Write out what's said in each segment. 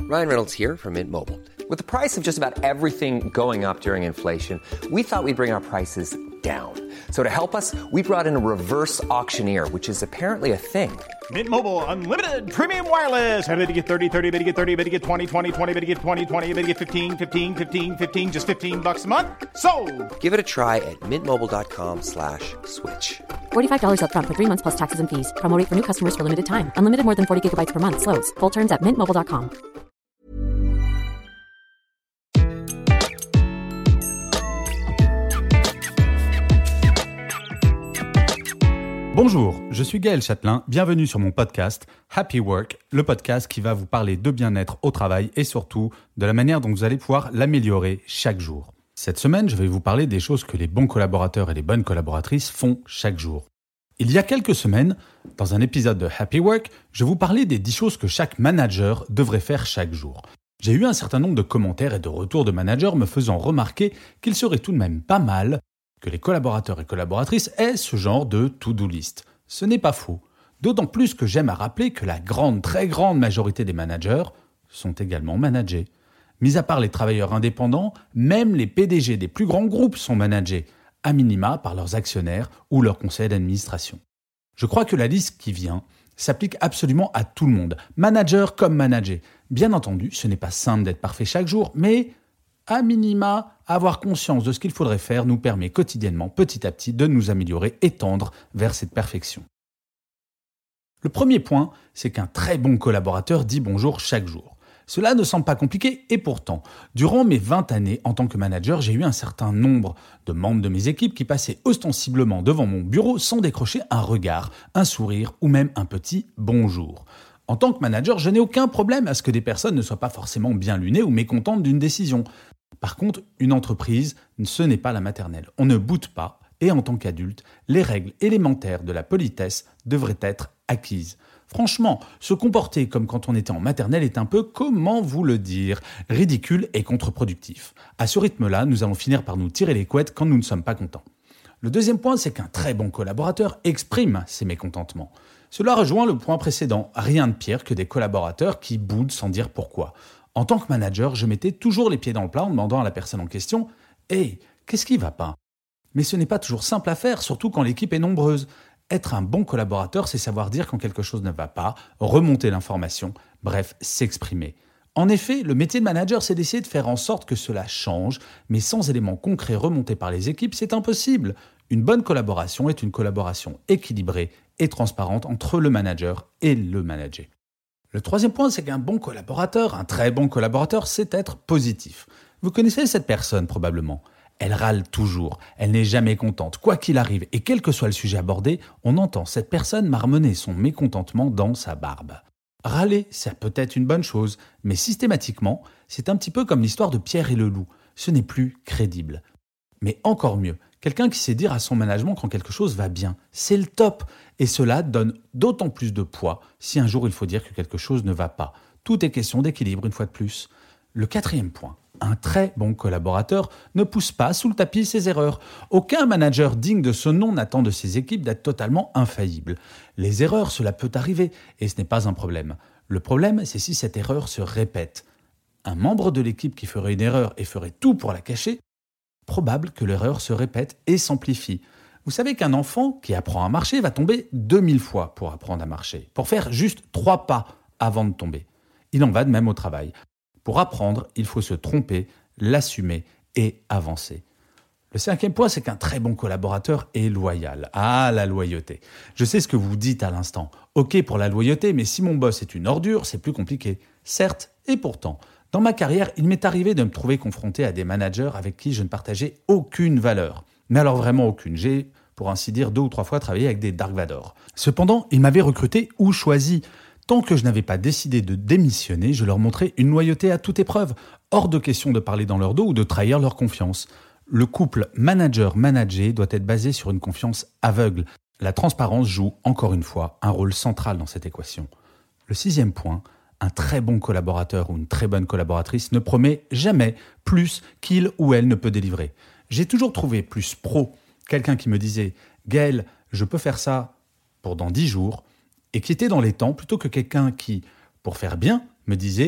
Ryan Reynolds here from Mint Mobile. With the price of just about everything going up during inflation, we thought we'd bring our prices down. So to help us, we brought in a reverse auctioneer, which is apparently a thing. Mint Mobile Unlimited Premium Wireless. How to get 30, 30, bit to get 30, bit to get 20, 20, 20, bit to get 20, 20, bit to get 15, 15, 15, 15, just $15 a month? Sold! Give it a try at mintmobile.com/switch. $45 up front for 3 months plus taxes and fees. Promo rate for new customers for limited time. Unlimited more than 40 gigabytes per month. Slows full terms at mintmobile.com. Bonjour, je suis Gaël Châtelain, bienvenue sur mon podcast Happy Work, le podcast qui va vous parler de bien-être au travail et surtout de la manière dont vous allez pouvoir l'améliorer chaque jour. Cette semaine, je vais vous parler des choses que les bons collaborateurs et les bonnes collaboratrices font chaque jour. Il y a quelques semaines, dans un épisode de Happy Work, je vous parlais des 10 choses que chaque manager devrait faire chaque jour. J'ai eu un certain nombre de commentaires et de retours de managers me faisant remarquer qu'il serait tout de même pas mal que les collaborateurs et collaboratrices aient ce genre de to-do list. Ce n'est pas faux. D'autant plus que j'aime à rappeler que la grande, très grande majorité des managers sont également managés. Mis à part les travailleurs indépendants, même les PDG des plus grands groupes sont managés, à minima par leurs actionnaires ou leur conseil d'administration. Je crois que la liste qui vient s'applique absolument à tout le monde, manager comme manager. Bien entendu, ce n'est pas simple d'être parfait chaque jour, mais à minima, avoir conscience de ce qu'il faudrait faire nous permet quotidiennement, petit à petit, de nous améliorer et tendre vers cette perfection. Le premier point, c'est qu'un très bon collaborateur dit bonjour chaque jour. Cela ne semble pas compliqué et pourtant, durant mes 20 années en tant que manager, j'ai eu un certain nombre de membres de mes équipes qui passaient ostensiblement devant mon bureau sans décrocher un regard, un sourire ou même un petit bonjour. En tant que manager, je n'ai aucun problème à ce que des personnes ne soient pas forcément bien lunées ou mécontentes d'une décision. Par contre, une entreprise, ce n'est pas la maternelle. On ne boude pas et en tant qu'adulte, les règles élémentaires de la politesse devraient être acquises. Franchement, se comporter comme quand on était en maternelle est un peu, comment vous le dire, ridicule et contre-productif. À ce rythme-là, nous allons finir par nous tirer les couettes quand nous ne sommes pas contents. Le deuxième point, c'est qu'un très bon collaborateur exprime ses mécontentements. Cela rejoint le point précédent. Rien de pire que des collaborateurs qui boudent sans dire pourquoi. En tant que manager, je mettais toujours les pieds dans le plat en demandant à la personne en question « Hey, qu'est-ce qui va pas ?» Mais ce n'est pas toujours simple à faire, surtout quand l'équipe est nombreuse. Être un bon collaborateur, c'est savoir dire quand quelque chose ne va pas, remonter l'information, bref, s'exprimer. En effet, le métier de manager, c'est d'essayer de faire en sorte que cela change, mais sans éléments concrets remontés par les équipes, c'est impossible. Une bonne collaboration est une collaboration équilibrée et transparente entre le manager et le manager. Le troisième point, c'est qu'un bon collaborateur, un très bon collaborateur, c'est être positif. Vous connaissez cette personne probablement. Elle râle toujours, elle n'est jamais contente, quoi qu'il arrive, et quel que soit le sujet abordé, on entend cette personne marmonner son mécontentement dans sa barbe. Râler, ça peut être une bonne chose, mais systématiquement, c'est un petit peu comme l'histoire de Pierre et le loup. Ce n'est plus crédible. Mais encore mieux, quelqu'un qui sait dire à son management quand quelque chose va bien. C'est le top. Et cela donne d'autant plus de poids si un jour il faut dire que quelque chose ne va pas. Tout est question d'équilibre une fois de plus. Le quatrième point. Un très bon collaborateur ne pousse pas sous le tapis ses erreurs. Aucun manager digne de ce nom n'attend de ses équipes d'être totalement infaillible. Les erreurs, cela peut arriver et ce n'est pas un problème. Le problème, c'est si cette erreur se répète. Un membre de l'équipe qui ferait une erreur et ferait tout pour la cacher, probable que l'erreur se répète et s'amplifie. Vous savez qu'un enfant qui apprend à marcher va tomber 2000 fois pour apprendre à marcher, pour faire juste 3 pas avant de tomber. Il en va de même au travail. Pour apprendre, il faut se tromper, l'assumer et avancer. Le cinquième point, c'est qu'un très bon collaborateur est loyal. Ah, la loyauté. Je sais ce que vous dites à l'instant. Ok pour la loyauté, mais si mon boss est une ordure, c'est plus compliqué. Certes, et pourtant, dans ma carrière, il m'est arrivé de me trouver confronté à des managers avec qui je ne partageais aucune valeur. Mais alors vraiment aucune. J'ai, pour ainsi dire, 2 ou 3 fois travaillé avec des Dark Vador. Cependant, ils m'avaient recruté ou choisi. Tant que je n'avais pas décidé de démissionner, je leur montrais une loyauté à toute épreuve. Hors de question de parler dans leur dos ou de trahir leur confiance. Le couple manager-manager doit être basé sur une confiance aveugle. La transparence joue, encore une fois, un rôle central dans cette équation. Le 6e point, un très bon collaborateur ou une très bonne collaboratrice ne promet jamais plus qu'il ou elle ne peut délivrer. J'ai toujours trouvé plus pro quelqu'un qui me disait « Gaël, je peux faire ça pour dans 10 jours » et qui était dans les temps plutôt que quelqu'un qui, pour faire bien, me disait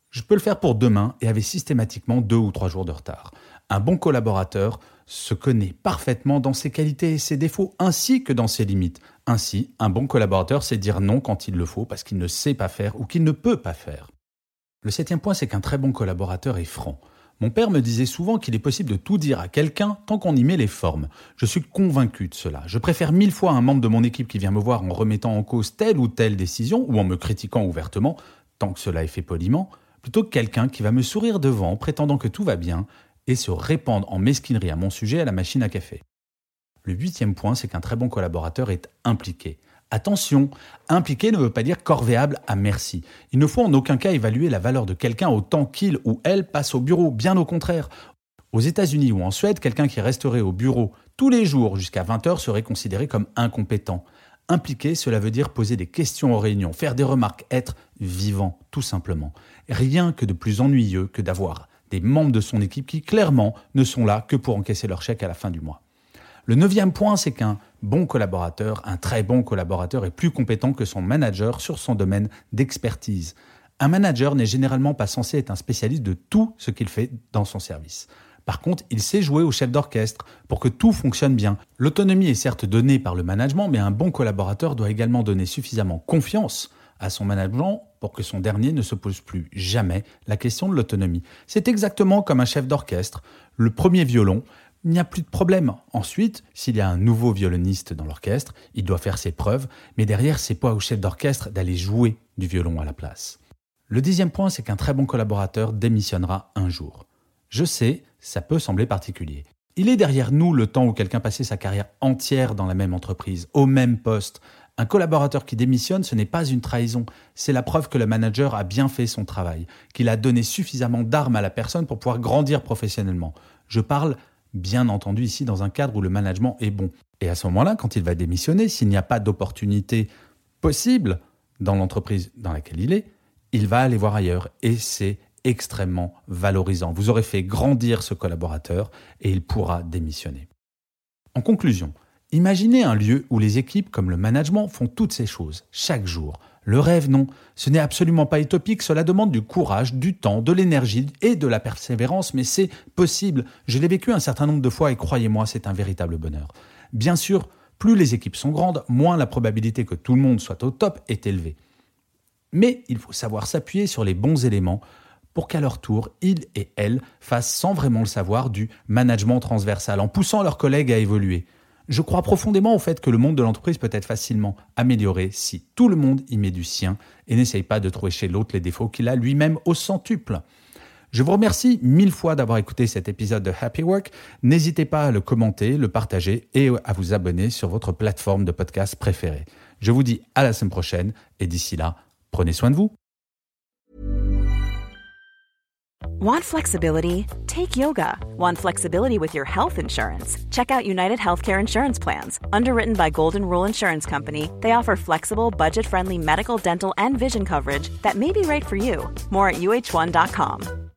Je peux le faire pour demain et avec systématiquement 2 ou 3 jours de retard. Un bon collaborateur se connaît parfaitement dans ses qualités et ses défauts ainsi que dans ses limites. Ainsi, un bon collaborateur sait dire non quand il le faut parce qu'il ne sait pas faire ou qu'il ne peut pas faire. Le 7e point, c'est qu'un très bon collaborateur est franc. Mon père me disait souvent qu'il est possible de tout dire à quelqu'un tant qu'on y met les formes. Je suis convaincu de cela. Je préfère 1000 fois un membre de mon équipe qui vient me voir en remettant en cause telle ou telle décision ou en me critiquant ouvertement, tant que cela est fait poliment, plutôt que quelqu'un qui va me sourire devant prétendant que tout va bien et se répandre en mesquinerie à mon sujet à la machine à café. Le 8e point, c'est qu'un très bon collaborateur est impliqué. Attention, impliqué ne veut pas dire corvéable à merci. Il ne faut en aucun cas évaluer la valeur de quelqu'un au temps qu'il ou elle passe au bureau, bien au contraire. Aux États-Unis ou en Suède, quelqu'un qui resterait au bureau tous les jours jusqu'à 20h serait considéré comme incompétent. Impliqué, cela veut dire poser des questions aux réunions, faire des remarques, être vivant, tout simplement. Rien que de plus ennuyeux que d'avoir des membres de son équipe qui, clairement, ne sont là que pour encaisser leur chèque à la fin du mois. Le 9e point, c'est qu'un bon collaborateur, un très bon collaborateur est plus compétent que son manager sur son domaine d'expertise. Un manager n'est généralement pas censé être un spécialiste de tout ce qu'il fait dans son service. Par contre, il sait jouer au chef d'orchestre pour que tout fonctionne bien. L'autonomie est certes donnée par le management, mais un bon collaborateur doit également donner suffisamment confiance à son management pour que son dernier ne se pose plus jamais la question de l'autonomie. C'est exactement comme un chef d'orchestre. Le premier violon, il n'y a plus de problème. Ensuite, s'il y a un nouveau violoniste dans l'orchestre, il doit faire ses preuves, mais derrière, c'est pas au chef d'orchestre d'aller jouer du violon à la place. Le 10e point, c'est qu'un très bon collaborateur démissionnera un jour. Je sais, ça peut sembler particulier. Il est derrière nous le temps où quelqu'un passait sa carrière entière dans la même entreprise, au même poste. Un collaborateur qui démissionne, ce n'est pas une trahison. C'est la preuve que le manager a bien fait son travail, qu'il a donné suffisamment d'armes à la personne pour pouvoir grandir professionnellement. Je parle bien entendu ici dans un cadre où le management est bon. Et à ce moment-là, quand il va démissionner, s'il n'y a pas d'opportunité possible dans l'entreprise dans laquelle il va aller voir ailleurs. Et c'est extrêmement valorisant. Vous aurez fait grandir ce collaborateur et il pourra démissionner. En conclusion, imaginez un lieu où les équipes comme le management font toutes ces choses, chaque jour. Le rêve, non. Ce n'est absolument pas utopique, cela demande du courage, du temps, de l'énergie et de la persévérance, mais c'est possible. Je l'ai vécu un certain nombre de fois et croyez-moi, c'est un véritable bonheur. Bien sûr, plus les équipes sont grandes, moins la probabilité que tout le monde soit au top est élevée. Mais il faut savoir s'appuyer sur les bons éléments pour qu'à leur tour, ils et elles fassent sans vraiment le savoir du management transversal, en poussant leurs collègues à évoluer. Je crois profondément au fait que le monde de l'entreprise peut être facilement amélioré si tout le monde y met du sien et n'essaye pas de trouver chez l'autre les défauts qu'il a lui-même au centuple. Je vous remercie 1000 fois d'avoir écouté cet épisode de Happy Work. N'hésitez pas à le commenter, le partager et à vous abonner sur votre plateforme de podcast préférée. Je vous dis à la semaine prochaine et d'ici là, prenez soin de vous. Want flexibility? Take yoga. Want flexibility with your health insurance? Check out United Healthcare Insurance Plans. Underwritten by Golden Rule Insurance Company, they offer flexible, budget-friendly medical, dental, and vision coverage that may be right for you. More at uh1.com.